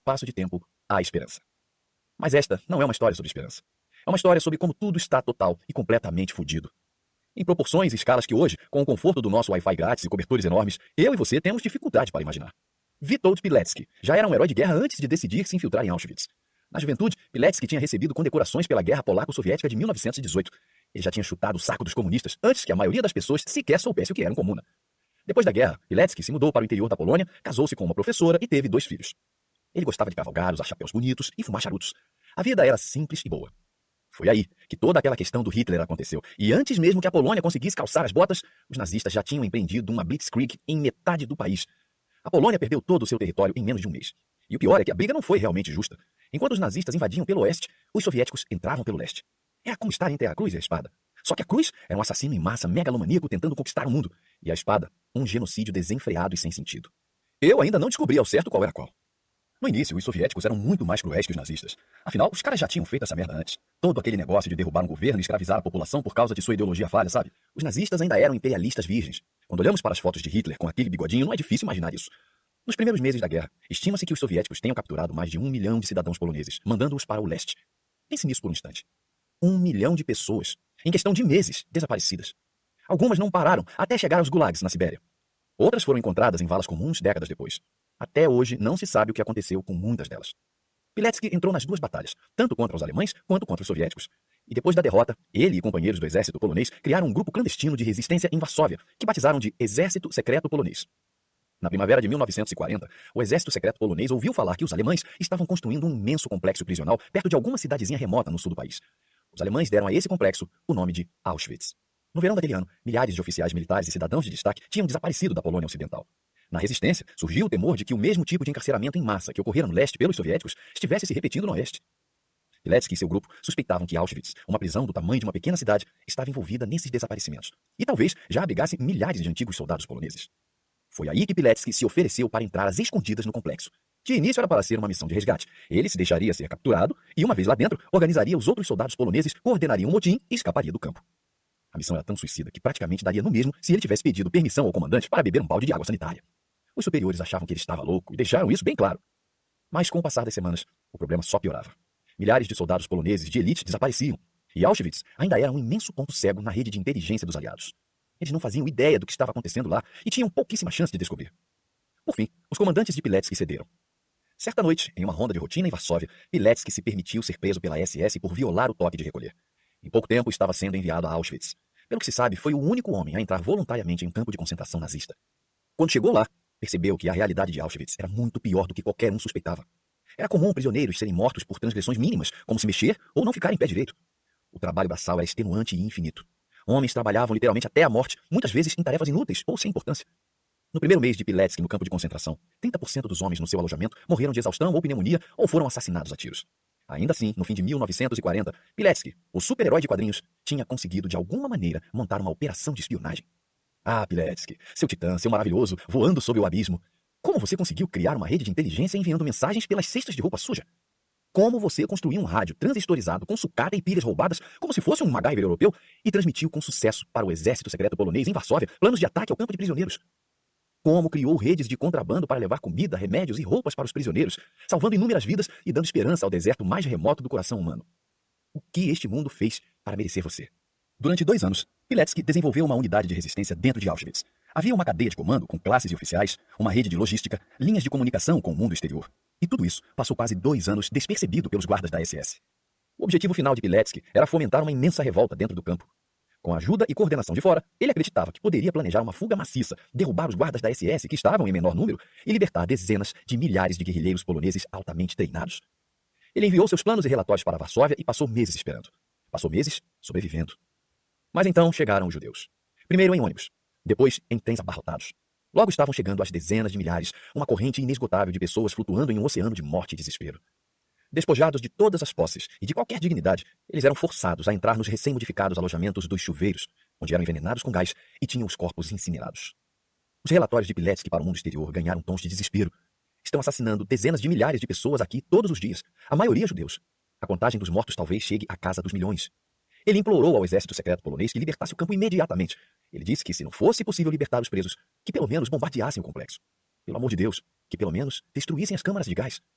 espaço de tempo, há esperança. Mas esta não é uma história sobre esperança. É uma história sobre como tudo está total e completamente fodido. Em proporções e escalas que hoje, com o conforto do nosso Wi-Fi grátis e cobertores enormes, eu e você temos dificuldade para imaginar. Witold Pilecki já era um herói de guerra antes de decidir se infiltrar em Auschwitz. Na juventude, Pilecki tinha recebido condecorações pela Guerra Polaco-Soviética de 1918. Ele já tinha chutado o saco dos comunistas antes que a maioria das pessoas sequer soubesse o que era um comuna. Depois da guerra, Pilecki se mudou para o interior da Polônia, casou-se com uma professora e teve 2 filhos. Ele gostava de cavalgar, usar chapéus bonitos e fumar charutos. A vida era simples e boa. Foi aí que toda aquela questão do Hitler aconteceu. E antes mesmo que a Polônia conseguisse calçar as botas, os nazistas já tinham empreendido uma blitzkrieg em metade do país. A Polônia perdeu todo o seu território em menos de um mês. E o pior é que a briga não foi realmente justa. Enquanto os nazistas invadiam pelo oeste, os soviéticos entravam pelo leste. Era como estar entre a cruz e a espada. Só que a cruz era um assassino em massa megalomaníaco tentando conquistar o mundo. E a espada, um genocídio desenfreado e sem sentido. Eu ainda não descobri ao certo qual era qual. No início, os soviéticos eram muito mais cruéis que os nazistas. Afinal, os caras já tinham feito essa merda antes. Todo aquele negócio de derrubar um governo e escravizar a população por causa de sua ideologia falha, sabe? Os nazistas ainda eram imperialistas virgens. Quando olhamos para as fotos de Hitler com aquele bigodinho, não é difícil imaginar isso. Nos primeiros meses da guerra, estima-se que os soviéticos tenham capturado mais de 1 milhão de cidadãos poloneses, mandando-os para o leste. Pense nisso por um instante. 1 milhão de pessoas, em questão de meses, desaparecidas. Algumas não pararam até chegar aos gulags na Sibéria. Outras foram encontradas em valas comuns décadas depois. Até hoje não se sabe o que aconteceu com muitas delas. Pilecki entrou nas 2 batalhas, tanto contra os alemães quanto contra os soviéticos. E depois da derrota, ele e companheiros do exército polonês criaram um grupo clandestino de resistência em Varsóvia, que batizaram de Exército Secreto Polonês. Na primavera de 1940, o exército secreto polonês ouviu falar que os alemães estavam construindo um imenso complexo prisional perto de alguma cidadezinha remota no sul do país. Os alemães deram a esse complexo o nome de Auschwitz. No verão daquele ano, milhares de oficiais militares e cidadãos de destaque tinham desaparecido da Polônia Ocidental. Na resistência, surgiu o temor de que o mesmo tipo de encarceramento em massa que ocorrera no leste pelos soviéticos estivesse se repetindo no oeste. Pilecki e seu grupo suspeitavam que Auschwitz, uma prisão do tamanho de uma pequena cidade, estava envolvida nesses desaparecimentos e talvez já abrigasse milhares de antigos soldados poloneses. Foi aí que Pilecki se ofereceu para entrar às escondidas no complexo. De início era para ser uma missão de resgate. Ele se deixaria ser capturado e, uma vez lá dentro, organizaria os outros soldados poloneses, coordenaria um motim e escaparia do campo. A missão era tão suicida que praticamente daria no mesmo se ele tivesse pedido permissão ao comandante para beber um balde de água sanitária. Os superiores achavam que ele estava louco e deixaram isso bem claro. Mas com o passar das semanas, o problema só piorava. Milhares de soldados poloneses de elite desapareciam, e Auschwitz ainda era um imenso ponto cego na rede de inteligência dos aliados. Eles não faziam ideia do que estava acontecendo lá e tinham pouquíssima chance de descobrir. Por fim, os comandantes de Pilecki cederam. Certa noite, em uma ronda de rotina em Varsóvia, Pilecki se permitiu ser preso pela SS por violar o toque de recolher. Em pouco tempo, estava sendo enviado a Auschwitz. Pelo que se sabe, foi o único homem a entrar voluntariamente em um campo de concentração nazista. Quando chegou lá, percebeu que a realidade de Auschwitz era muito pior do que qualquer um suspeitava. Era comum prisioneiros serem mortos por transgressões mínimas, como se mexer ou não ficar em pé direito. O trabalho braçal era extenuante e infinito. Homens trabalhavam literalmente até a morte, muitas vezes em tarefas inúteis ou sem importância. No primeiro mês de Pilecki no campo de concentração, 30% dos homens no seu alojamento morreram de exaustão ou pneumonia ou foram assassinados a tiros. Ainda assim, no fim de 1940, Pilecki, o super-herói de quadrinhos, tinha conseguido de alguma maneira montar uma operação de espionagem. Ah, Pilecki, seu titã, seu maravilhoso, voando sob o abismo. Como você conseguiu criar uma rede de inteligência enviando mensagens pelas cestas de roupa suja? Como você construiu um rádio transistorizado com sucata e pilhas roubadas como se fosse um MacGyver europeu e transmitiu com sucesso para o exército secreto polonês em Varsóvia planos de ataque ao campo de prisioneiros? Como criou redes de contrabando para levar comida, remédios e roupas para os prisioneiros, salvando inúmeras vidas e dando esperança ao deserto mais remoto do coração humano? O que este mundo fez para merecer você? Durante 2 anos, Pilecki desenvolveu uma unidade de resistência dentro de Auschwitz. Havia uma cadeia de comando com classes de oficiais, uma rede de logística, linhas de comunicação com o mundo exterior. E tudo isso passou quase 2 anos despercebido pelos guardas da SS. O objetivo final de Pilecki era fomentar uma imensa revolta dentro do campo. Com a ajuda e coordenação de fora, ele acreditava que poderia planejar uma fuga maciça, derrubar os guardas da SS que estavam em menor número e libertar dezenas de milhares de guerrilheiros poloneses altamente treinados. Ele enviou seus planos e relatórios para Varsóvia e passou meses esperando. Passou meses sobrevivendo. Mas então chegaram os judeus. Primeiro em ônibus, depois em trens abarrotados. Logo estavam chegando as dezenas de milhares, uma corrente inesgotável de pessoas flutuando em um oceano de morte e desespero. Despojados de todas as posses e de qualquer dignidade, eles eram forçados a entrar nos recém-modificados alojamentos dos chuveiros, onde eram envenenados com gás e tinham os corpos incinerados. Os relatórios de Pilecki para o mundo exterior ganharam tons de desespero. Estão assassinando dezenas de milhares de pessoas aqui todos os dias, a maioria judeus. A contagem dos mortos talvez chegue à casa dos milhões. Ele implorou ao exército secreto polonês que libertasse o campo imediatamente. Ele disse que, se não fosse possível libertar os presos, que pelo menos bombardeassem o complexo. Pelo amor de Deus, que pelo menos destruíssem as câmaras de gás.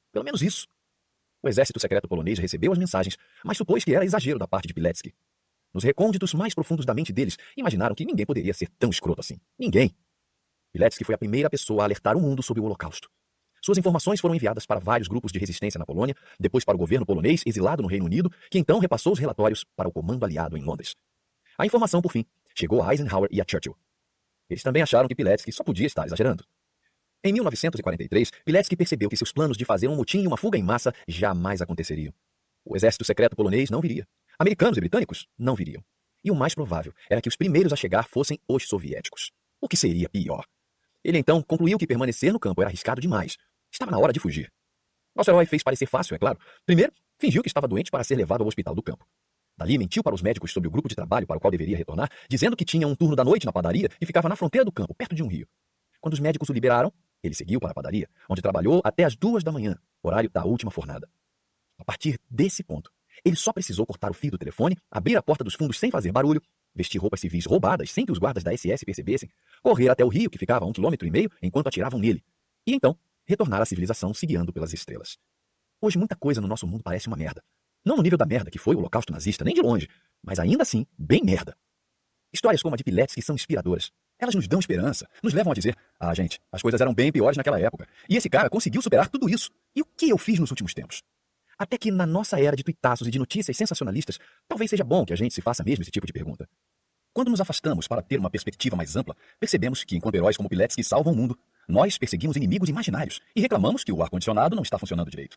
Pelo menos isso. O exército secreto polonês recebeu as mensagens, mas supôs que era exagero da parte de Pilecki. Nos recônditos mais profundos da mente deles, imaginaram que ninguém poderia ser tão escroto assim. Ninguém. Pilecki foi a primeira pessoa a alertar o mundo sobre o Holocausto. Suas informações foram enviadas para vários grupos de resistência na Polônia, depois para o governo polonês exilado no Reino Unido, que então repassou os relatórios para o comando aliado em Londres. A informação, por fim, chegou a Eisenhower e a Churchill. Eles também acharam que Pilecki só podia estar exagerando. Em 1943, Pilecki percebeu que seus planos de fazer um motim e uma fuga em massa jamais aconteceriam. O exército secreto polonês não viria. Americanos e britânicos não viriam. E o mais provável era que os primeiros a chegar fossem os soviéticos. O que seria pior? Ele então concluiu que permanecer no campo era arriscado demais. Estava na hora de fugir. Nosso herói fez parecer fácil, é claro. Primeiro, fingiu que estava doente para ser levado ao hospital do campo. Dali, mentiu para os médicos sobre o grupo de trabalho para o qual deveria retornar, dizendo que tinha um turno da noite na padaria e ficava na fronteira do campo, perto de um rio. Quando os médicos o liberaram, ele seguiu para a padaria, onde trabalhou até as 2 da manhã, horário da última fornada. A partir desse ponto, ele só precisou cortar o fio do telefone, abrir a porta dos fundos sem fazer barulho, vestir roupas civis roubadas sem que os guardas da SS percebessem, correr até o rio, que ficava a 1,5 km, enquanto atiravam nele, e então retornar à civilização se guiando pelas estrelas. Hoje muita coisa no nosso mundo parece uma merda. Não no nível da merda que foi o Holocausto nazista, nem de longe, mas ainda assim, bem merda. Histórias como a de Pilecki são inspiradoras. Elas nos dão esperança, nos levam a dizer: ah, gente, as coisas eram bem piores naquela época, e esse cara conseguiu superar tudo isso. E o que eu fiz nos últimos tempos? Até que na nossa era de tuitaços e de notícias sensacionalistas, talvez seja bom que a gente se faça mesmo esse tipo de pergunta. Quando nos afastamos para ter uma perspectiva mais ampla, percebemos que, enquanto heróis como Pilecki salvam o mundo, nós perseguimos inimigos imaginários e reclamamos que o ar-condicionado não está funcionando direito.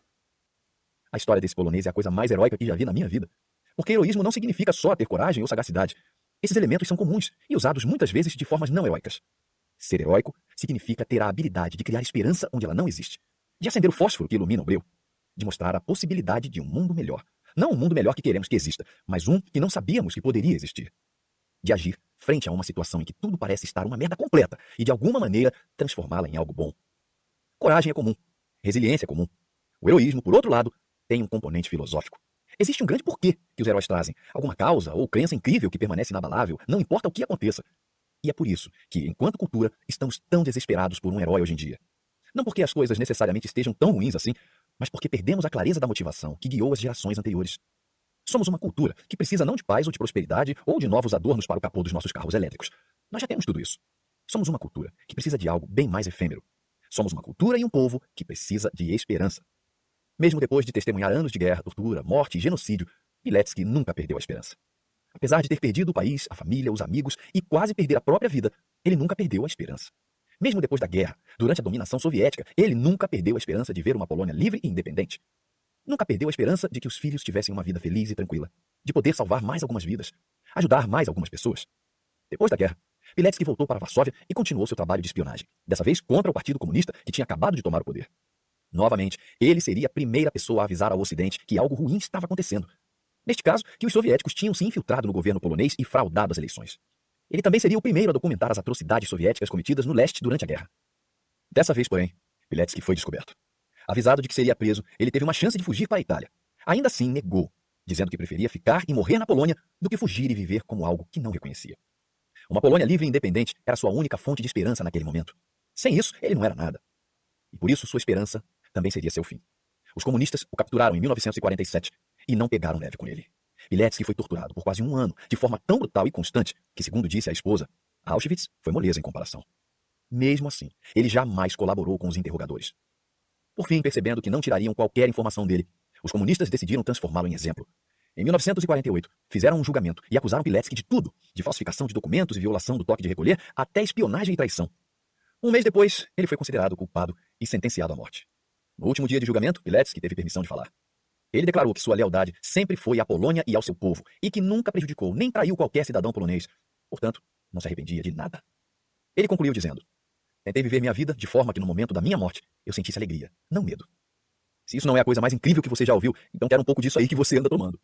A história desse polonês é a coisa mais heróica que já vi na minha vida. Porque heroísmo não significa só ter coragem ou sagacidade. Esses elementos são comuns e usados muitas vezes de formas não heróicas. Ser heróico significa ter a habilidade de criar esperança onde ela não existe, de acender o fósforo que ilumina o breu, de mostrar a possibilidade de um mundo melhor. Não um mundo melhor que queremos que exista, mas um que não sabíamos que poderia existir. De agir frente a uma situação em que tudo parece estar uma merda completa e, de alguma maneira, transformá-la em algo bom. Coragem é comum. Resiliência é comum. O heroísmo, por outro lado, tem um componente filosófico. Existe um grande porquê que os heróis trazem, alguma causa ou crença incrível que permanece inabalável, não importa o que aconteça. E é por isso que, enquanto cultura, estamos tão desesperados por um herói hoje em dia. Não porque as coisas necessariamente estejam tão ruins assim, mas porque perdemos a clareza da motivação que guiou as gerações anteriores. Somos uma cultura que precisa não de paz ou de prosperidade ou de novos adornos para o capô dos nossos carros elétricos. Nós já temos tudo isso. Somos uma cultura que precisa de algo bem mais efêmero. Somos uma cultura e um povo que precisa de esperança. Mesmo depois de testemunhar anos de guerra, tortura, morte e genocídio, Pilecki nunca perdeu a esperança. Apesar de ter perdido o país, a família, os amigos e quase perder a própria vida, ele nunca perdeu a esperança. Mesmo depois da guerra, durante a dominação soviética, ele nunca perdeu a esperança de ver uma Polônia livre e independente. Nunca perdeu a esperança de que os filhos tivessem uma vida feliz e tranquila, de poder salvar mais algumas vidas, ajudar mais algumas pessoas. Depois da guerra, Pilecki voltou para Varsóvia e continuou seu trabalho de espionagem, dessa vez contra o Partido Comunista que tinha acabado de tomar o poder. Novamente, ele seria a primeira pessoa a avisar ao Ocidente que algo ruim estava acontecendo. Neste caso, que os soviéticos tinham se infiltrado no governo polonês e fraudado as eleições. Ele também seria o primeiro a documentar as atrocidades soviéticas cometidas no leste durante a guerra. Dessa vez, porém, Pilecki foi descoberto. Avisado de que seria preso, ele teve uma chance de fugir para a Itália. Ainda assim, negou, dizendo que preferia ficar e morrer na Polônia do que fugir e viver como algo que não reconhecia. Uma Polônia livre e independente era sua única fonte de esperança naquele momento. Sem isso, ele não era nada. E por isso sua esperança também seria seu fim. Os comunistas o capturaram em 1947 e não pegaram leve com ele. Pilecki foi torturado por quase 1 ano, de forma tão brutal e constante que, segundo disse a esposa, Auschwitz foi moleza em comparação. Mesmo assim, ele jamais colaborou com os interrogadores. Por fim, percebendo que não tirariam qualquer informação dele, os comunistas decidiram transformá-lo em exemplo. Em 1948, fizeram um julgamento e acusaram Pilecki de tudo, de falsificação de documentos e violação do toque de recolher, até espionagem e traição. 1 mês depois, ele foi considerado culpado e sentenciado à morte. No último dia de julgamento, Pilecki teve permissão de falar. Ele declarou que sua lealdade sempre foi à Polônia e ao seu povo, e que nunca prejudicou nem traiu qualquer cidadão polonês. Portanto, não se arrependia de nada. Ele concluiu dizendo: tentei viver minha vida de forma que no momento da minha morte eu sentisse alegria, não medo. Se isso não é a coisa mais incrível que você já ouviu, então quero um pouco disso aí que você anda tomando.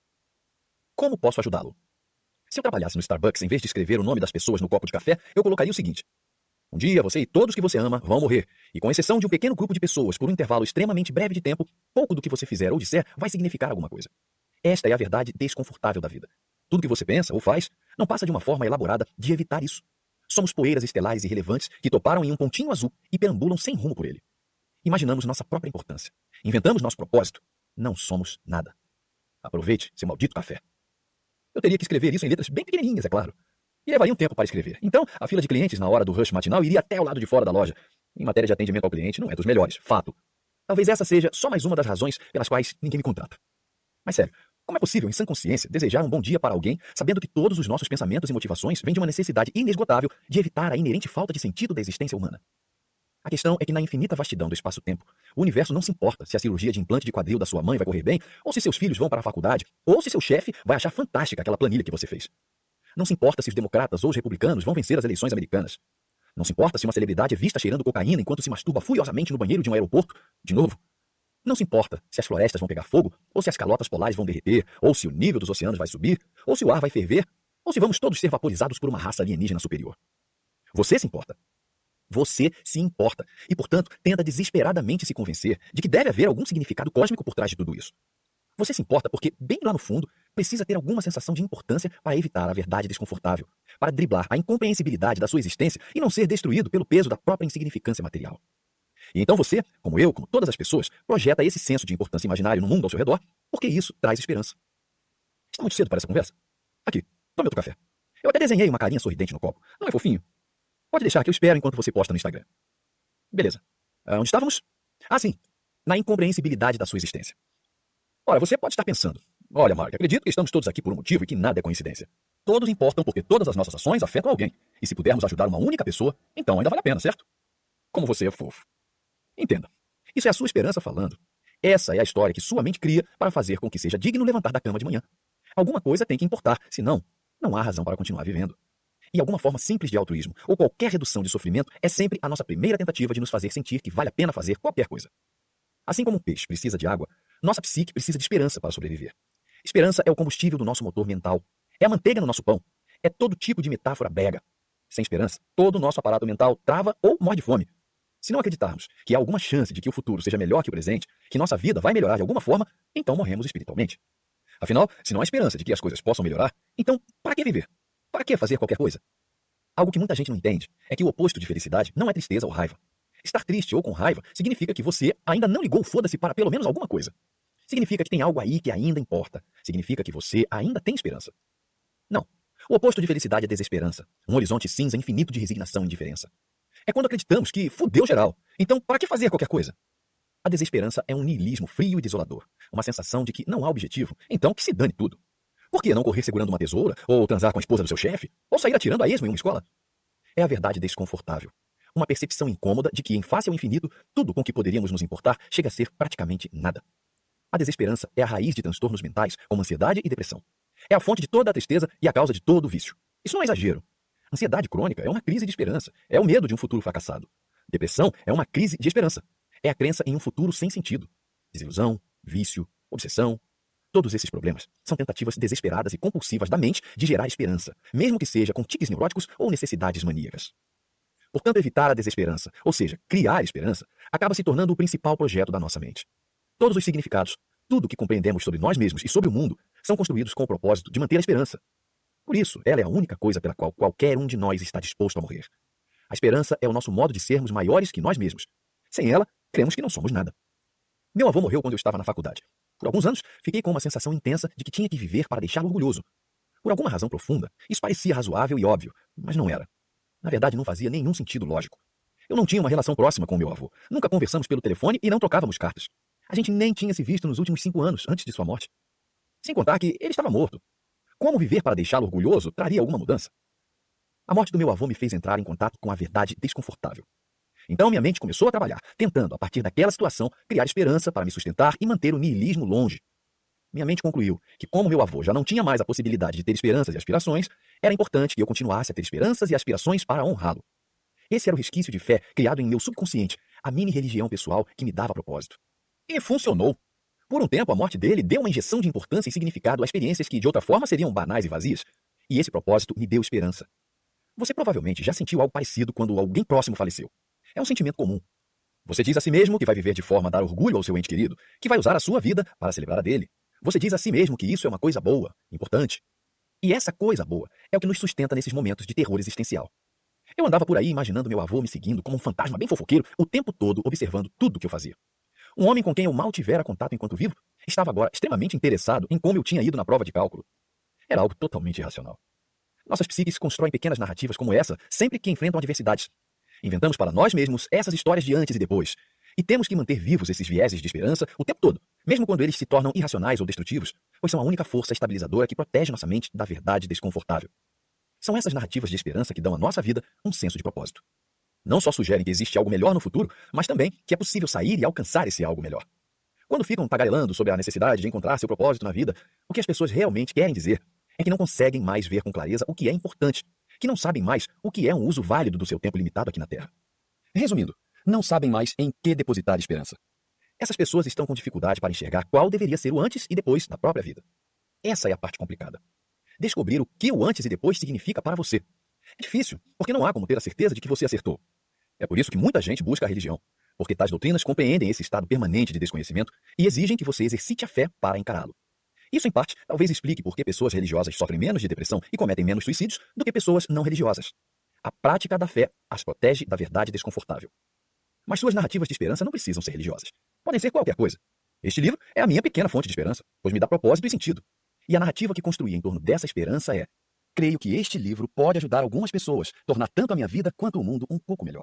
Como posso ajudá-lo? Se eu trabalhasse no Starbucks, em vez de escrever o nome das pessoas no copo de café, eu colocaria o seguinte: um dia você e todos que você ama vão morrer, e com exceção de um pequeno grupo de pessoas por um intervalo extremamente breve de tempo, pouco do que você fizer ou disser vai significar alguma coisa. Esta é a verdade desconfortável da vida. Tudo que você pensa ou faz não passa de uma forma elaborada de evitar isso. Somos poeiras estelares irrelevantes que toparam em um pontinho azul e perambulam sem rumo por ele. Imaginamos nossa própria importância. inventamos nosso propósito, não somos nada. Aproveite seu maldito café. Eu teria que escrever isso em letras bem pequenininhas, é claro. E levaria um tempo para escrever. Então, a fila de clientes na hora do rush matinal iria até o lado de fora da loja. Em matéria de atendimento ao cliente, não é dos melhores, fato. Talvez essa seja só mais uma das razões pelas quais ninguém me contrata. Mas sério, como é possível, em sã consciência, desejar um bom dia para alguém, sabendo que todos os nossos pensamentos e motivações vêm de uma necessidade inesgotável de evitar a inerente falta de sentido da existência humana? A questão é que na infinita vastidão do espaço-tempo, o universo não se importa se a cirurgia de implante de quadril da sua mãe vai correr bem, ou se seus filhos vão para a faculdade, ou se seu chefe vai achar fantástica aquela planilha que você fez. Não se importa se os democratas ou os republicanos vão vencer as eleições americanas. Não se importa se uma celebridade é vista cheirando cocaína enquanto se masturba furiosamente no banheiro de um aeroporto, de novo. Não se importa se as florestas vão pegar fogo, ou se as calotas polares vão derreter, ou se o nível dos oceanos vai subir, ou se o ar vai ferver, ou se vamos todos ser vaporizados por uma raça alienígena superior. Você se importa. Você se importa e, portanto, tenta desesperadamente se convencer de que deve haver algum significado cósmico por trás de tudo isso. Você se importa porque, bem lá no fundo, precisa ter alguma sensação de importância para evitar a verdade desconfortável, para driblar a incompreensibilidade da sua existência e não ser destruído pelo peso da própria insignificância material. E então você, como eu, como todas as pessoas, projeta esse senso de importância imaginário no mundo ao seu redor, porque isso traz esperança. Está muito cedo para essa conversa? Aqui, tome outro café. Eu até desenhei uma carinha sorridente no copo. Não é fofinho? Pode deixar que eu espero enquanto você posta no Instagram. Beleza. Onde estávamos? Ah, sim. Na incompreensibilidade da sua existência. Ora, você pode estar pensando: olha, Mark, acredito que estamos todos aqui por um motivo e que nada é coincidência. Todos importam porque todas as nossas ações afetam alguém. E se pudermos ajudar uma única pessoa, então ainda vale a pena, certo? Como você é fofo. Entenda. Isso é a sua esperança falando. Essa é a história que sua mente cria para fazer com que seja digno levantar da cama de manhã. Alguma coisa tem que importar, senão, não há razão para continuar vivendo. E alguma forma simples de altruísmo, ou qualquer redução de sofrimento, é sempre a nossa primeira tentativa de nos fazer sentir que vale a pena fazer qualquer coisa. Assim como um peixe precisa de água, nossa psique precisa de esperança para sobreviver. Esperança é o combustível do nosso motor mental. É a manteiga no nosso pão. É todo tipo de metáfora brega. Sem esperança, todo o nosso aparato mental trava ou morre de fome. Se não acreditarmos que há alguma chance de que o futuro seja melhor que o presente, que nossa vida vai melhorar de alguma forma, então morremos espiritualmente. Afinal, se não há esperança de que as coisas possam melhorar, então para que viver? Para que fazer qualquer coisa? Algo que muita gente não entende é que o oposto de felicidade não é tristeza ou raiva. Estar triste ou com raiva significa que você ainda não ligou o foda-se para pelo menos alguma coisa. Significa que tem algo aí que ainda importa. Significa que você ainda tem esperança. Não. O oposto de felicidade é desesperança. Um horizonte cinza infinito de resignação e indiferença. É quando acreditamos que fudeu geral. Então, para que fazer qualquer coisa? A desesperança é um niilismo frio e desolador. Uma sensação de que não há objetivo, então que se dane tudo. Por que não correr segurando uma tesoura, ou transar com a esposa do seu chefe, ou sair atirando a esmo em uma escola? É a verdade desconfortável. Uma percepção incômoda de que, em face ao infinito, tudo com que poderíamos nos importar chega a ser praticamente nada. A desesperança é a raiz de transtornos mentais, como ansiedade e depressão. É a fonte de toda a tristeza e a causa de todo o vício. Isso não é exagero. Ansiedade crônica é uma crise de esperança. É o medo de um futuro fracassado. Depressão é uma crise de esperança. É a crença em um futuro sem sentido. Desilusão, vício, obsessão. Todos esses problemas são tentativas desesperadas e compulsivas da mente de gerar esperança, mesmo que seja com tiques neuróticos ou necessidades maníacas. Portanto, evitar a desesperança, ou seja, criar esperança, acaba se tornando o principal projeto da nossa mente. Todos os significados, tudo o que compreendemos sobre nós mesmos e sobre o mundo, são construídos com o propósito de manter a esperança. Por isso, ela é a única coisa pela qual qualquer um de nós está disposto a morrer. A esperança é o nosso modo de sermos maiores que nós mesmos. Sem ela, cremos que não somos nada. Meu avô morreu quando eu estava na faculdade. Por alguns anos, fiquei com uma sensação intensa de que tinha que viver para deixá-lo orgulhoso. Por alguma razão profunda, isso parecia razoável e óbvio, mas não era. Na verdade, não fazia nenhum sentido lógico. Eu não tinha uma relação próxima com meu avô. Nunca conversamos pelo telefone e não trocávamos cartas. A gente nem tinha se visto nos últimos 5 anos, antes de sua morte. Sem contar que ele estava morto. Como viver para deixá-lo orgulhoso traria alguma mudança? A morte do meu avô me fez entrar em contato com a verdade desconfortável. Então minha mente começou a trabalhar, tentando, a partir daquela situação, criar esperança para me sustentar e manter o niilismo longe. Minha mente concluiu que, como meu avô já não tinha mais a possibilidade de ter esperanças e aspirações, era importante que eu continuasse a ter esperanças e aspirações para honrá-lo. Esse era o resquício de fé criado em meu subconsciente, a mini-religião pessoal que me dava propósito. E funcionou. Por um tempo, a morte dele deu uma injeção de importância e significado a experiências que, de outra forma, seriam banais e vazias. E esse propósito me deu esperança. Você provavelmente já sentiu algo parecido quando alguém próximo faleceu. É um sentimento comum. Você diz a si mesmo que vai viver de forma a dar orgulho ao seu ente querido, que vai usar a sua vida para celebrar a dele. Você diz a si mesmo que isso é uma coisa boa, importante. E essa coisa boa é o que nos sustenta nesses momentos de terror existencial. Eu andava por aí imaginando meu avô me seguindo como um fantasma bem fofoqueiro o tempo todo observando tudo o que eu fazia. Um homem com quem eu mal tivera contato enquanto vivo estava agora extremamente interessado em como eu tinha ido na prova de cálculo. Era algo totalmente irracional. Nossas psiques constroem pequenas narrativas como essa sempre que enfrentam adversidades. Inventamos para nós mesmos essas histórias de antes e depois. E temos que manter vivos esses vieses de esperança o tempo todo, mesmo quando eles se tornam irracionais ou destrutivos, pois são a única força estabilizadora que protege nossa mente da verdade desconfortável. São essas narrativas de esperança que dão à nossa vida um senso de propósito. Não só sugerem que existe algo melhor no futuro, mas também que é possível sair e alcançar esse algo melhor. Quando ficam tagarelando sobre a necessidade de encontrar seu propósito na vida, o que as pessoas realmente querem dizer é que não conseguem mais ver com clareza o que é importante, que não sabem mais o que é um uso válido do seu tempo limitado aqui na Terra. Resumindo, não sabem mais em que depositar esperança. Essas pessoas estão com dificuldade para enxergar qual deveria ser o antes e depois da própria vida. Essa é a parte complicada. Descobrir o que o antes e depois significa para você. É difícil, porque não há como ter a certeza de que você acertou. É por isso que muita gente busca a religião, porque tais doutrinas compreendem esse estado permanente de desconhecimento e exigem que você exercite a fé para encará-lo. Isso, em parte, talvez explique por que pessoas religiosas sofrem menos de depressão e cometem menos suicídios do que pessoas não religiosas. A prática da fé as protege da verdade desconfortável. Mas suas narrativas de esperança não precisam ser religiosas. Podem ser qualquer coisa. Este livro é a minha pequena fonte de esperança, pois me dá propósito e sentido. E a narrativa que construí em torno dessa esperança é: creio que este livro pode ajudar algumas pessoas, tornar tanto a minha vida quanto o mundo um pouco melhor.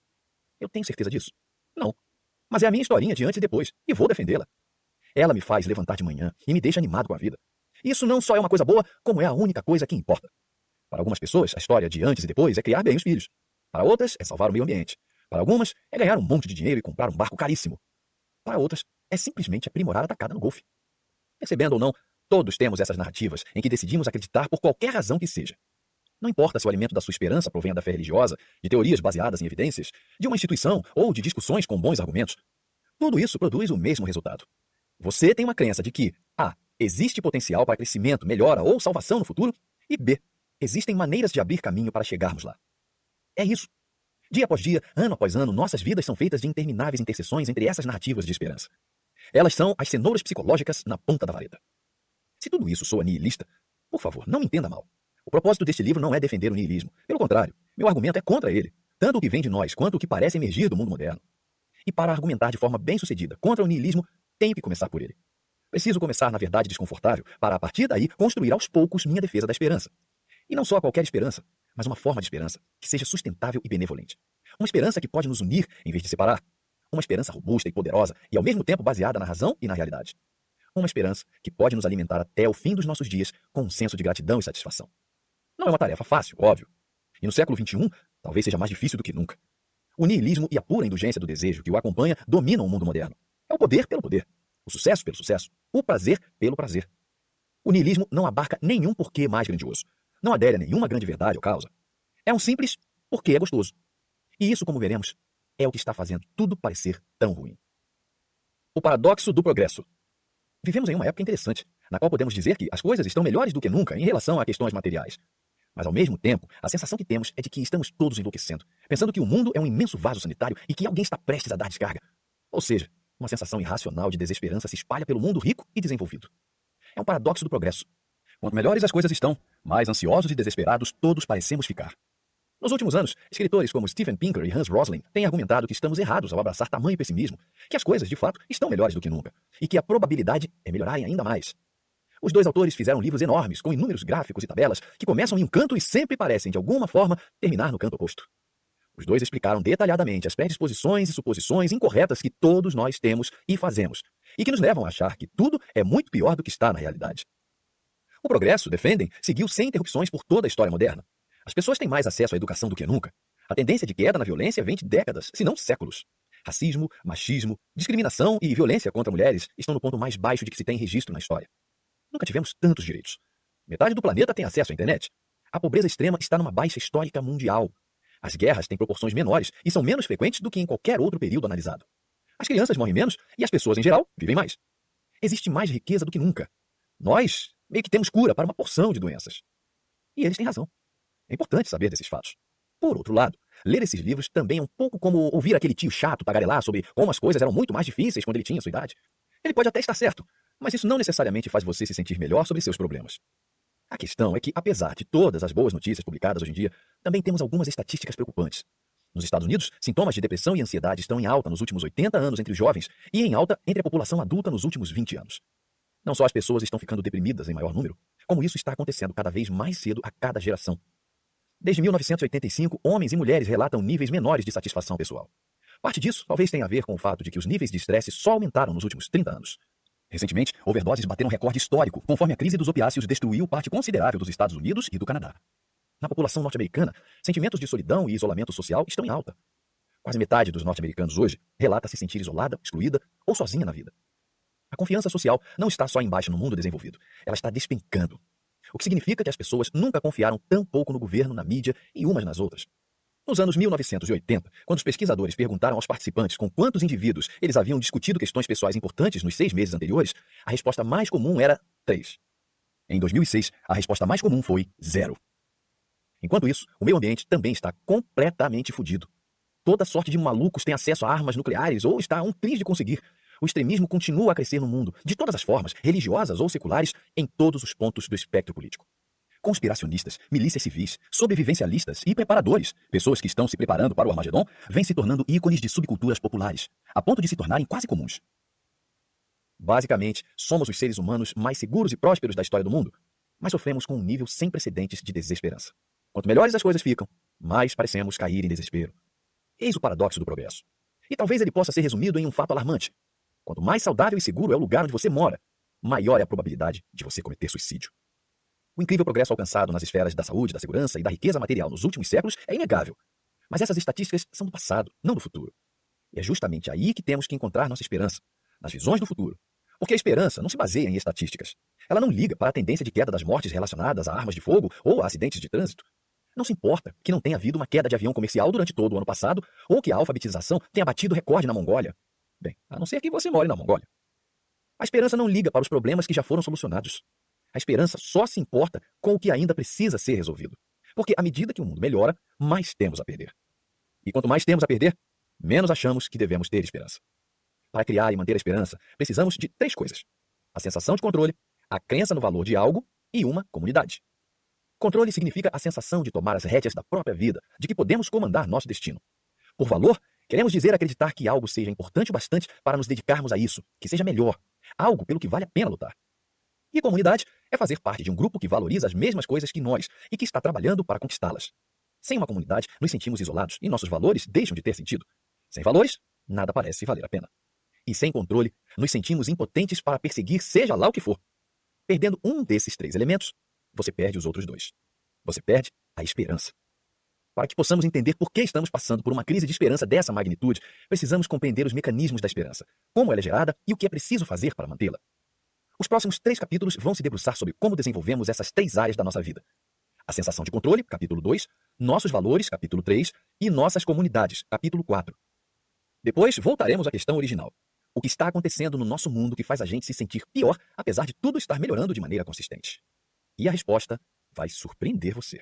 Eu tenho certeza disso? Não. Mas é a minha historinha de antes e depois, e vou defendê-la. Ela me faz levantar de manhã e me deixa animado com a vida. Isso não só é uma coisa boa, como é a única coisa que importa. Para algumas pessoas, a história de antes e depois é criar bem os filhos. Para outras, é salvar o meio ambiente. Para algumas, é ganhar um monte de dinheiro e comprar um barco caríssimo. Para outras, é simplesmente aprimorar a tacada no golfe. Percebendo ou não, todos temos essas narrativas em que decidimos acreditar por qualquer razão que seja. Não importa se o alimento da sua esperança provenha da fé religiosa, de teorias baseadas em evidências, de uma instituição ou de discussões com bons argumentos. Tudo isso produz o mesmo resultado. Você tem uma crença de que A. Existe potencial para crescimento, melhora ou salvação no futuro, e B. Existem maneiras de abrir caminho para chegarmos lá. É isso. Dia após dia, ano após ano, nossas vidas são feitas de intermináveis interseções entre essas narrativas de esperança. Elas são as cenouras psicológicas na ponta da vareta. Se tudo isso soa nihilista, por favor, não me entenda mal. O propósito deste livro não é defender o nihilismo. Pelo contrário, meu argumento é contra ele, tanto o que vem de nós quanto o que parece emergir do mundo moderno. E para argumentar de forma bem-sucedida contra o nihilismo, tenho que começar por ele. Preciso começar na verdade desconfortável para, a partir daí, construir aos poucos minha defesa da esperança. E não só qualquer esperança, mas uma forma de esperança que seja sustentável e benevolente. Uma esperança que pode nos unir em vez de separar. Uma esperança robusta e poderosa e, ao mesmo tempo, baseada na razão e na realidade. Uma esperança que pode nos alimentar até o fim dos nossos dias com um senso de gratidão e satisfação. Não é uma tarefa fácil, óbvio. E no século XXI, talvez seja mais difícil do que nunca. O niilismo e a pura indulgência do desejo que o acompanha dominam o mundo moderno. É o poder pelo poder, o sucesso pelo sucesso, o prazer pelo prazer. O niilismo não abarca nenhum porquê mais grandioso. Não adere a nenhuma grande verdade ou causa. É um simples porque é gostoso. E isso, como veremos, é o que está fazendo tudo parecer tão ruim. O paradoxo do progresso. Vivemos em uma época interessante, na qual podemos dizer que as coisas estão melhores do que nunca em relação a questões materiais. Mas, ao mesmo tempo, a sensação que temos é de que estamos todos enlouquecendo, pensando que o mundo é um imenso vaso sanitário e que alguém está prestes a dar descarga. Ou seja, uma sensação irracional de desesperança se espalha pelo mundo rico e desenvolvido. É um paradoxo do progresso. Quanto melhores as coisas estão, mais ansiosos e desesperados todos parecemos ficar. Nos últimos anos, escritores como Steven Pinker e Hans Rosling têm argumentado que estamos errados ao abraçar tamanho pessimismo, que as coisas, de fato, estão melhores do que nunca, e que a probabilidade é melhorarem ainda mais. Os dois autores fizeram livros enormes, com inúmeros gráficos e tabelas, que começam em um canto e sempre parecem, de alguma forma, terminar no canto oposto. Os dois explicaram detalhadamente as predisposições e suposições incorretas que todos nós temos e fazemos, e que nos levam a achar que tudo é muito pior do que está na realidade. O progresso, defendem, seguiu sem interrupções por toda a história moderna. As pessoas têm mais acesso à educação do que nunca. A tendência de queda na violência vem de décadas, se não séculos. Racismo, machismo, discriminação e violência contra mulheres estão no ponto mais baixo de que se tem registro na história. Nunca tivemos tantos direitos. Metade do planeta tem acesso à internet. A pobreza extrema está numa baixa histórica mundial. As guerras têm proporções menores e são menos frequentes do que em qualquer outro período analisado. As crianças morrem menos e as pessoas, em geral, vivem mais. Existe mais riqueza do que nunca. Nós meio que temos cura para uma porção de doenças. E eles têm razão. É importante saber desses fatos. Por outro lado, ler esses livros também é um pouco como ouvir aquele tio chato tagarelar sobre como as coisas eram muito mais difíceis quando ele tinha sua idade. Ele pode até estar certo, mas isso não necessariamente faz você se sentir melhor sobre seus problemas. A questão é que, apesar de todas as boas notícias publicadas hoje em dia, também temos algumas estatísticas preocupantes. Nos Estados Unidos, sintomas de depressão e ansiedade estão em alta nos últimos 80 anos entre os jovens e em alta entre a população adulta nos últimos 20 anos. Não só as pessoas estão ficando deprimidas em maior número, como isso está acontecendo cada vez mais cedo a cada geração. Desde 1985, homens e mulheres relatam níveis menores de satisfação pessoal. Parte disso talvez tenha a ver com o fato de que os níveis de estresse só aumentaram nos últimos 30 anos. Recentemente, overdoses bateram recorde histórico, conforme a crise dos opiáceos destruiu parte considerável dos Estados Unidos e do Canadá. Na população norte-americana, sentimentos de solidão e isolamento social estão em alta. Quase metade dos norte-americanos hoje relata se sentir isolada, excluída ou sozinha na vida. A confiança social não está só embaixo no mundo desenvolvido, ela está despencando. O que significa que as pessoas nunca confiaram tão pouco no governo, na mídia e umas nas outras. Nos anos 1980, quando os pesquisadores perguntaram aos participantes com quantos indivíduos eles haviam discutido questões pessoais importantes nos 6 meses anteriores, a resposta mais comum era 3. Em 2006, a resposta mais comum foi 0. Enquanto isso, o meio ambiente também está completamente fodido. Toda sorte de malucos tem acesso a armas nucleares ou está a um triz de conseguir. O extremismo continua a crescer no mundo, de todas as formas, religiosas ou seculares, em todos os pontos do espectro político. Conspiracionistas, milícias civis, sobrevivencialistas e preparadores, pessoas que estão se preparando para o Armagedon, vêm se tornando ícones de subculturas populares, a ponto de se tornarem quase comuns. Basicamente, somos os seres humanos mais seguros e prósperos da história do mundo, mas sofremos com um nível sem precedentes de desesperança. Quanto melhores as coisas ficam, mais parecemos cair em desespero. Eis o paradoxo do progresso. E talvez ele possa ser resumido em um fato alarmante. Quanto mais saudável e seguro é o lugar onde você mora, maior é a probabilidade de você cometer suicídio. O incrível progresso alcançado nas esferas da saúde, da segurança e da riqueza material nos últimos séculos é inegável. Mas essas estatísticas são do passado, não do futuro. E é justamente aí que temos que encontrar nossa esperança, nas visões do futuro. Porque a esperança não se baseia em estatísticas. Ela não liga para a tendência de queda das mortes relacionadas a armas de fogo ou a acidentes de trânsito. Não se importa que não tenha havido uma queda de avião comercial durante todo o ano passado ou que a alfabetização tenha batido recorde na Mongólia. Bem, a não ser que você more na Mongólia. A esperança não liga para os problemas que já foram solucionados. A esperança só se importa com o que ainda precisa ser resolvido. Porque à medida que o mundo melhora, mais temos a perder. E quanto mais temos a perder, menos achamos que devemos ter esperança. Para criar e manter a esperança, precisamos de 3 coisas: a sensação de controle, a crença no valor de algo e uma comunidade. Controle significa a sensação de tomar as rédeas da própria vida, de que podemos comandar nosso destino. Por valor, queremos dizer acreditar que algo seja importante o bastante para nos dedicarmos a isso, que seja melhor, algo pelo que vale a pena lutar. E comunidade é fazer parte de um grupo que valoriza as mesmas coisas que nós e que está trabalhando para conquistá-las. Sem uma comunidade, nos sentimos isolados e nossos valores deixam de ter sentido. Sem valores, nada parece valer a pena. E sem controle, nos sentimos impotentes para perseguir seja lá o que for. Perdendo um desses 3 elementos, você perde os outros 2. Você perde a esperança. Para que possamos entender por que estamos passando por uma crise de esperança dessa magnitude, precisamos compreender os mecanismos da esperança, como ela é gerada e o que é preciso fazer para mantê-la. Os próximos 3 capítulos vão se debruçar sobre como desenvolvemos essas 3 áreas da nossa vida. A sensação de controle, capítulo 2, nossos valores, capítulo 3, e nossas comunidades, capítulo 4. Depois voltaremos à questão original. O que está acontecendo no nosso mundo que faz a gente se sentir pior, apesar de tudo estar melhorando de maneira consistente? E a resposta vai surpreender você.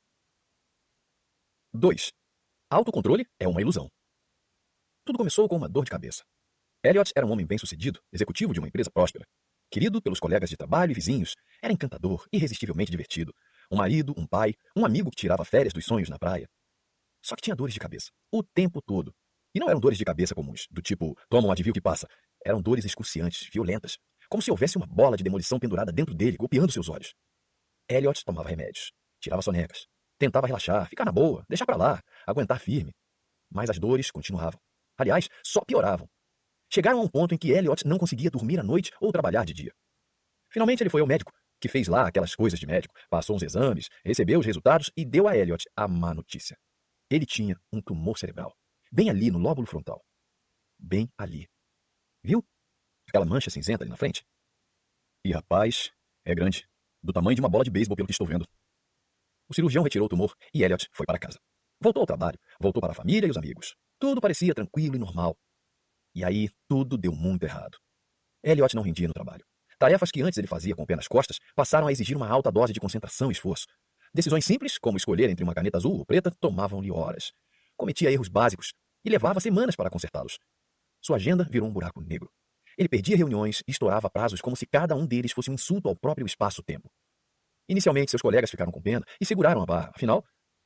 2. Autocontrole é uma ilusão. Tudo começou com uma dor de cabeça. Elliot era um homem bem-sucedido, executivo de uma empresa próspera. Querido pelos colegas de trabalho e vizinhos, era encantador, irresistivelmente divertido. Um marido, um pai, um amigo que tirava férias dos sonhos na praia. Só que tinha dores de cabeça, o tempo todo. E não eram dores de cabeça comuns, do tipo, toma um Advil que passa. Eram dores excruciantes, violentas, como se houvesse uma bola de demolição pendurada dentro dele, golpeando seus olhos. Elliot tomava remédios, tirava sonecas, tentava relaxar, ficar na boa, deixar pra lá, aguentar firme. Mas as dores continuavam. Aliás, só pioravam. Chegaram a um ponto em que Elliot não conseguia dormir à noite ou trabalhar de dia. Finalmente ele foi ao médico, que fez lá aquelas coisas de médico, passou uns exames, recebeu os resultados e deu a Elliot a má notícia. Ele tinha um tumor cerebral, bem ali no lóbulo frontal. Bem ali. Viu? Aquela mancha cinzenta ali na frente? E rapaz, é grande, do tamanho de uma bola de beisebol pelo que estou vendo. O cirurgião retirou o tumor e Elliot foi para casa. Voltou ao trabalho, voltou para a família e os amigos. Tudo parecia tranquilo e normal. E aí, tudo deu muito errado. Elliot não rendia no trabalho. Tarefas que antes ele fazia com o pé nas costas passaram a exigir uma alta dose de concentração e esforço. Decisões simples, como escolher entre uma caneta azul ou preta, tomavam-lhe horas. Cometia erros básicos e levava semanas para consertá-los. Sua agenda virou um buraco negro. Ele perdia reuniões e estourava prazos como se cada um deles fosse um insulto ao próprio espaço-tempo. Inicialmente, seus colegas ficaram com pena e seguraram a barra. Afinal,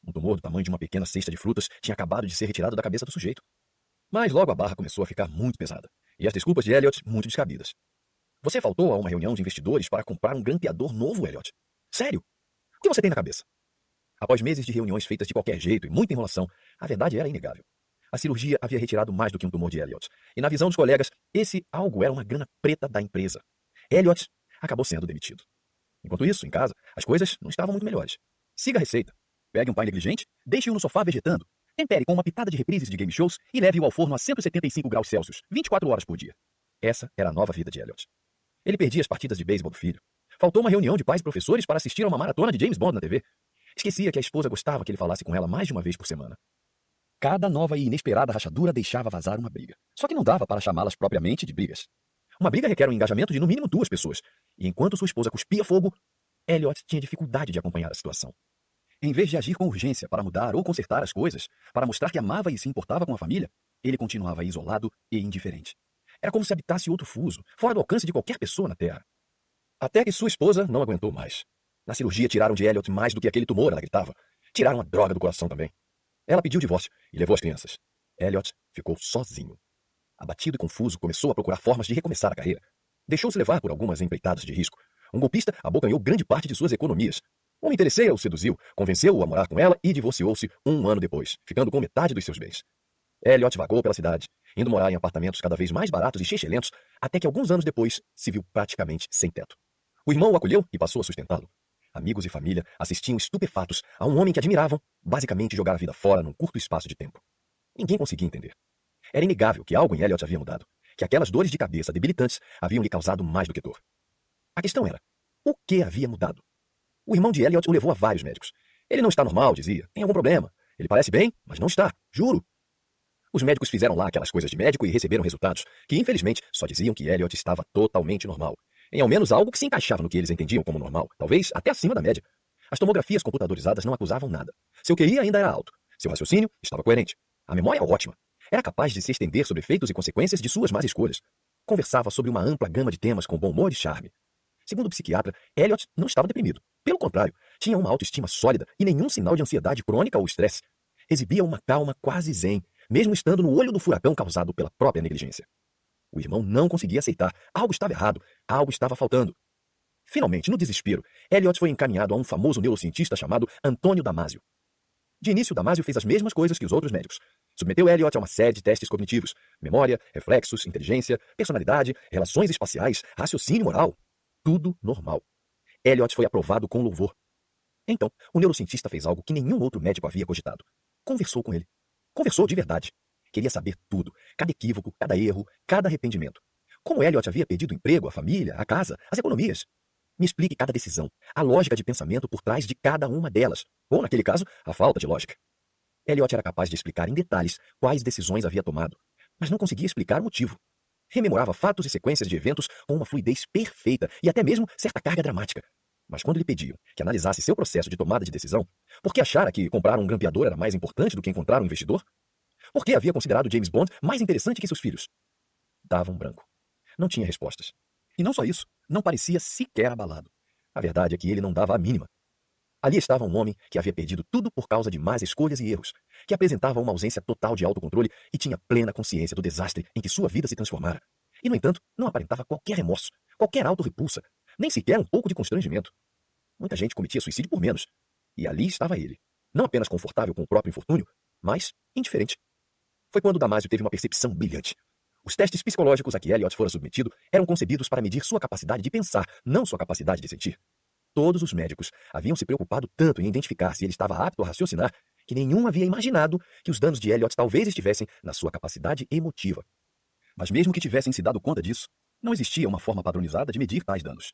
Um tumor do tamanho de uma pequena cesta de frutas tinha acabado de ser retirado da cabeça do sujeito. Mas logo a barra começou a ficar muito pesada, e as desculpas de Elliot muito descabidas. Você faltou a uma reunião de investidores para comprar um grampeador novo, Elliot? Sério? O que você tem na cabeça? Após meses de reuniões feitas de qualquer jeito e muita enrolação, a verdade era inegável. A cirurgia havia retirado mais do que um tumor de Elliot, e na visão dos colegas, esse algo era uma grana preta da empresa. Elliot acabou sendo demitido. Enquanto isso, em casa, as coisas não estavam muito melhores. Siga a receita. Pegue um pai negligente, deixe-o no sofá vegetando. Tempere com uma pitada de reprises de game shows e leve-o ao forno a 175 graus Celsius, 24 horas por dia. Essa era a nova vida de Elliot. Ele perdia as partidas de beisebol do filho. Faltou uma reunião de pais e professores para assistir a uma maratona de James Bond na TV. Esquecia que a esposa gostava que ele falasse com ela mais de uma vez por semana. Cada nova e inesperada rachadura deixava vazar uma briga. Só que não dava para chamá-las propriamente de brigas. Uma briga requer um engajamento de no mínimo 2 pessoas. E enquanto sua esposa cuspia fogo, Elliot tinha dificuldade de acompanhar a situação. Em vez de agir com urgência para mudar ou consertar as coisas, para mostrar que amava e se importava com a família, ele continuava isolado e indiferente. Era como se habitasse outro fuso, fora do alcance de qualquer pessoa na Terra. Até que sua esposa não aguentou mais. Na cirurgia tiraram de Elliot mais do que aquele tumor, ela gritava. Tiraram a droga do coração também. Ela pediu o divórcio e levou as crianças. Elliot ficou sozinho. Abatido e confuso, começou a procurar formas de recomeçar a carreira. Deixou-se levar por algumas empreitadas de risco. Um golpista abocanhou grande parte de suas economias. Uma interesseira o seduziu, convenceu-o a morar com ela e divorciou-se 1 ano depois, ficando com metade dos seus bens. Elliot vagou pela cidade, indo morar em apartamentos cada vez mais baratos e excelentes, até que alguns anos depois se viu praticamente sem teto. O irmão o acolheu e passou a sustentá-lo. Amigos e família assistiam estupefatos a um homem que admiravam, basicamente jogar a vida fora num curto espaço de tempo. Ninguém conseguia entender. Era inegável que algo em Elliot havia mudado, que aquelas dores de cabeça debilitantes haviam lhe causado mais do que dor. A questão era, o que havia mudado? O irmão de Elliot o levou a vários médicos. Ele não está normal, dizia. Tem algum problema. Ele parece bem, mas não está. Juro. Os médicos fizeram lá aquelas coisas de médico e receberam resultados que, infelizmente, só diziam que Elliot estava totalmente normal. Em ao menos algo que se encaixava no que eles entendiam como normal, talvez até acima da média. As tomografias computadorizadas não acusavam nada. Seu QI ainda era alto. Seu raciocínio estava coerente. A memória ótima. Era capaz de se estender sobre efeitos e consequências de suas más escolhas. Conversava sobre uma ampla gama de temas com bom humor e charme. Segundo o psiquiatra, Elliot não estava deprimido. Pelo contrário, tinha uma autoestima sólida e nenhum sinal de ansiedade crônica ou estresse. Exibia uma calma quase zen, mesmo estando no olho do furacão causado pela própria negligência. O irmão não conseguia aceitar. Algo estava errado. Algo estava faltando. Finalmente, no desespero, Elliot foi encaminhado a um famoso neurocientista chamado Antônio Damasio. De início, Damasio fez as mesmas coisas que os outros médicos. Submeteu Elliot a uma série de testes cognitivos. Memória, reflexos, inteligência, personalidade, relações espaciais, raciocínio moral. Tudo normal. Elliot foi aprovado com louvor. Então, o neurocientista fez algo que nenhum outro médico havia cogitado. Conversou com ele. Conversou de verdade. Queria saber tudo. Cada equívoco, cada erro, cada arrependimento. Como Elliot havia perdido o emprego, a família, a casa, as economias. Me explique cada decisão, a lógica de pensamento por trás de cada uma delas. Ou, naquele caso, a falta de lógica. Elliot era capaz de explicar em detalhes quais decisões havia tomado, mas não conseguia explicar o motivo. Rememorava fatos e sequências de eventos com uma fluidez perfeita e até mesmo certa carga dramática. Mas quando lhe pediam que analisasse seu processo de tomada de decisão, por que achara que comprar um grampeador era mais importante do que encontrar um investidor? Por que havia considerado James Bond mais interessante que seus filhos? Dava um branco. Não tinha respostas. E não só isso, não parecia sequer abalado. A verdade é que ele não dava a mínima. Ali estava um homem que havia perdido tudo por causa de más escolhas e erros, que apresentava uma ausência total de autocontrole e tinha plena consciência do desastre em que sua vida se transformara. E, no entanto, não aparentava qualquer remorso, qualquer autorrepulsa, nem sequer um pouco de constrangimento. Muita gente cometia suicídio por menos. E ali estava ele, não apenas confortável com o próprio infortúnio, mas indiferente. Foi quando Damasio teve uma percepção brilhante. Os testes psicológicos a que Elliot fora submetido eram concebidos para medir sua capacidade de pensar, não sua capacidade de sentir. Todos os médicos haviam se preocupado tanto em identificar se ele estava apto a raciocinar, que nenhum havia imaginado que os danos de Elliot talvez estivessem na sua capacidade emotiva. Mas mesmo que tivessem se dado conta disso, não existia uma forma padronizada de medir tais danos.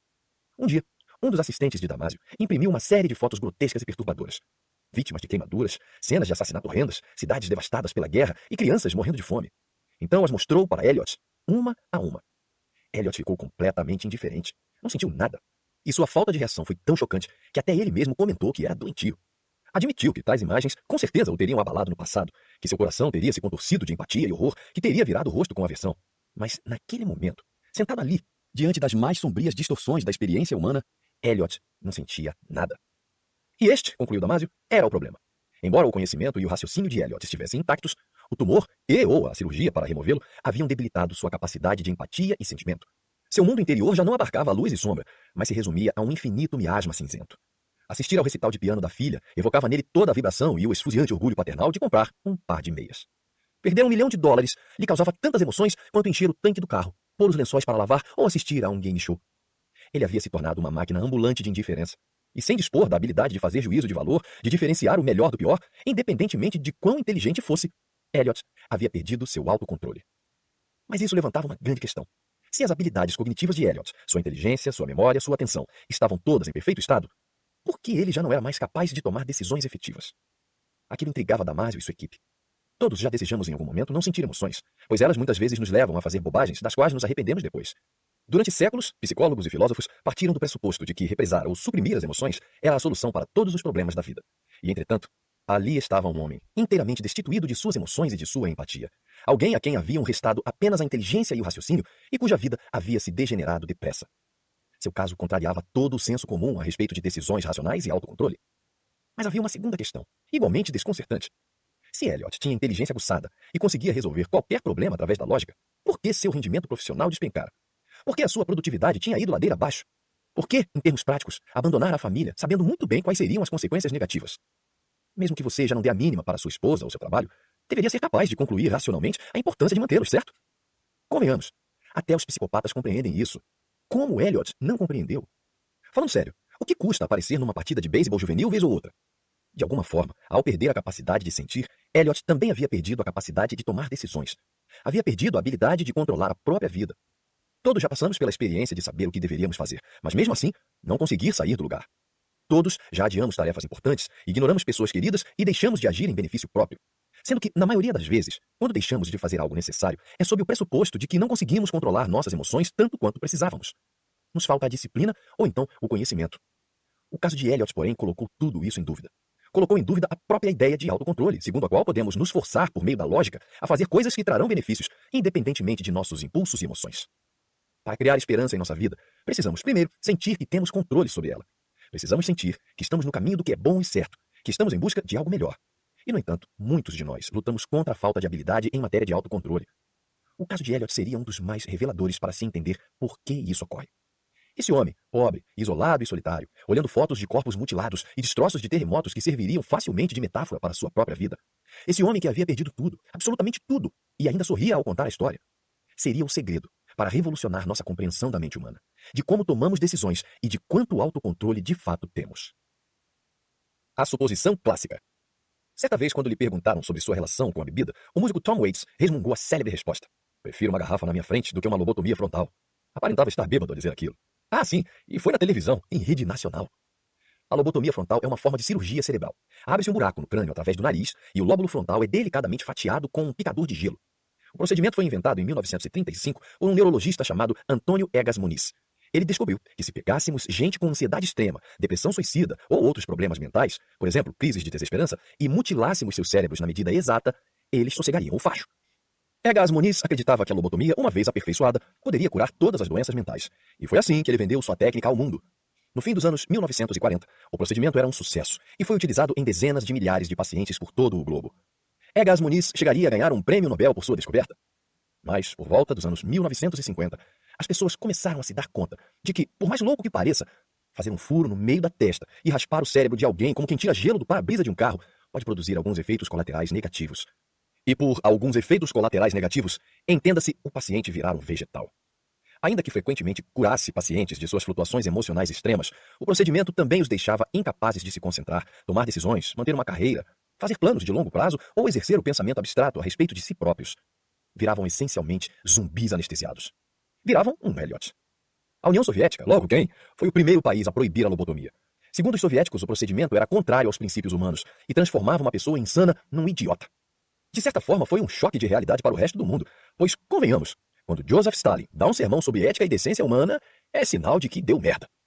Um dia, um dos assistentes de Damasio imprimiu uma série de fotos grotescas e perturbadoras. Vítimas de queimaduras, cenas de assassinato horrendas, cidades devastadas pela guerra e crianças morrendo de fome. Então as mostrou para Elliot, uma a uma. Elliot ficou completamente indiferente. Não sentiu nada. E sua falta de reação foi tão chocante que até ele mesmo comentou que era doentio. Admitiu que tais imagens com certeza o teriam abalado no passado, que seu coração teria se contorcido de empatia e horror, que teria virado o rosto com aversão. Mas naquele momento, sentado ali, diante das mais sombrias distorções da experiência humana, Elliot não sentia nada. E este, concluiu Damásio, era o problema. Embora o conhecimento e o raciocínio de Eliot estivessem intactos, o tumor ou a cirurgia para removê-lo haviam debilitado sua capacidade de empatia e sentimento. Seu mundo interior já não abarcava a luz e sombra, mas se resumia a um infinito miasma cinzento. Assistir ao recital de piano da filha evocava nele toda a vibração e o esfuziante orgulho paternal de comprar um par de meias. Perder $1 milhão lhe causava tantas emoções quanto encher o tanque do carro, pôr os lençóis para lavar ou assistir a um game show. Ele havia se tornado uma máquina ambulante de indiferença, e sem dispor da habilidade de fazer juízo de valor, de diferenciar o melhor do pior, independentemente de quão inteligente fosse, Eliot havia perdido seu autocontrole. Mas isso levantava uma grande questão. Se as habilidades cognitivas de Eliot, sua inteligência, sua memória, sua atenção, estavam todas em perfeito estado, por que ele já não era mais capaz de tomar decisões efetivas? Aquilo intrigava Damásio e sua equipe. Todos já desejamos em algum momento não sentir emoções, pois elas muitas vezes nos levam a fazer bobagens das quais nos arrependemos depois. Durante séculos, psicólogos e filósofos partiram do pressuposto de que represar ou suprimir as emoções era a solução para todos os problemas da vida. E, entretanto, ali estava um homem, inteiramente destituído de suas emoções e de sua empatia. Alguém a quem haviam restado apenas a inteligência e o raciocínio e cuja vida havia se degenerado depressa. Seu caso contrariava todo o senso comum a respeito de decisões racionais e autocontrole. Mas havia uma segunda questão, igualmente desconcertante. Se Eliot tinha inteligência aguçada e conseguia resolver qualquer problema através da lógica, por que seu rendimento profissional despencara? Por que a sua produtividade tinha ido ladeira abaixo? Por que, em termos práticos, abandonar a família, sabendo muito bem quais seriam as consequências negativas? Mesmo que você já não dê a mínima para sua esposa ou seu trabalho, deveria ser capaz de concluir racionalmente a importância de mantê-los, certo? Convenhamos, até os psicopatas compreendem isso. Como Eliot não compreendeu? Falando sério, o que custa aparecer numa partida de beisebol juvenil vez ou outra? De alguma forma, ao perder a capacidade de sentir, Eliot também havia perdido a capacidade de tomar decisões. Havia perdido a habilidade de controlar a própria vida. Todos já passamos pela experiência de saber o que deveríamos fazer, mas mesmo assim, não conseguir sair do lugar. Todos já adiamos tarefas importantes, ignoramos pessoas queridas e deixamos de agir em benefício próprio. Sendo que, na maioria das vezes, quando deixamos de fazer algo necessário, é sob o pressuposto de que não conseguimos controlar nossas emoções tanto quanto precisávamos. Nos falta a disciplina ou então o conhecimento. O caso de Eliot, porém, colocou tudo isso em dúvida. Colocou em dúvida a própria ideia de autocontrole, segundo a qual podemos nos forçar, por meio da lógica, a fazer coisas que trarão benefícios, independentemente de nossos impulsos e emoções. Para criar esperança em nossa vida, precisamos, primeiro, sentir que temos controle sobre ela. Precisamos sentir que estamos no caminho do que é bom e certo, que estamos em busca de algo melhor. E, no entanto, muitos de nós lutamos contra a falta de habilidade em matéria de autocontrole. O caso de Eliot seria um dos mais reveladores para se entender por que isso ocorre. Esse homem, pobre, isolado e solitário, olhando fotos de corpos mutilados e destroços de terremotos que serviriam facilmente de metáfora para sua própria vida. Esse homem que havia perdido tudo, absolutamente tudo, e ainda sorria ao contar a história. Seria o segredo para revolucionar nossa compreensão da mente humana, de como tomamos decisões e de quanto autocontrole de fato temos. A suposição clássica. Certa vez, quando lhe perguntaram sobre sua relação com a bebida, o músico Tom Waits resmungou a célebre resposta: "Prefiro uma garrafa na minha frente do que uma lobotomia frontal." Aparentava estar bêbado ao dizer aquilo. Ah, sim, e foi na televisão, em rede nacional. A lobotomia frontal é uma forma de cirurgia cerebral. Abre-se um buraco no crânio através do nariz e o lóbulo frontal é delicadamente fatiado com um picador de gelo. O procedimento foi inventado em 1935 por um neurologista chamado Antônio Egas Muniz. Ele descobriu que se pegássemos gente com ansiedade extrema, depressão suicida ou outros problemas mentais, por exemplo, crises de desesperança, e mutilássemos seus cérebros na medida exata, eles sossegariam o facho. Egas Muniz acreditava que a lobotomia, uma vez aperfeiçoada, poderia curar todas as doenças mentais. E foi assim que ele vendeu sua técnica ao mundo. No fim dos anos 1940, o procedimento era um sucesso e foi utilizado em dezenas de milhares de pacientes por todo o globo. Egas Muniz chegaria a ganhar um prêmio Nobel por sua descoberta. Mas, por volta dos anos 1950, as pessoas começaram a se dar conta de que, por mais louco que pareça, fazer um furo no meio da testa e raspar o cérebro de alguém como quem tira gelo do para-brisa de um carro pode produzir alguns efeitos colaterais negativos. E por alguns efeitos colaterais negativos, entenda-se o paciente virar um vegetal. Ainda que frequentemente curasse pacientes de suas flutuações emocionais extremas, o procedimento também os deixava incapazes de se concentrar, tomar decisões, manter uma carreira, fazer planos de longo prazo ou exercer o pensamento abstrato a respeito de si próprios. Viravam essencialmente zumbis anestesiados. Viravam um Eliot. A União Soviética, logo quem, foi o primeiro país a proibir a lobotomia. Segundo os soviéticos, o procedimento era contrário aos princípios humanos e transformava uma pessoa insana num idiota. De certa forma, foi um choque de realidade para o resto do mundo, pois, convenhamos, quando Joseph Stalin dá um sermão sobre ética e decência humana, é sinal de que deu merda.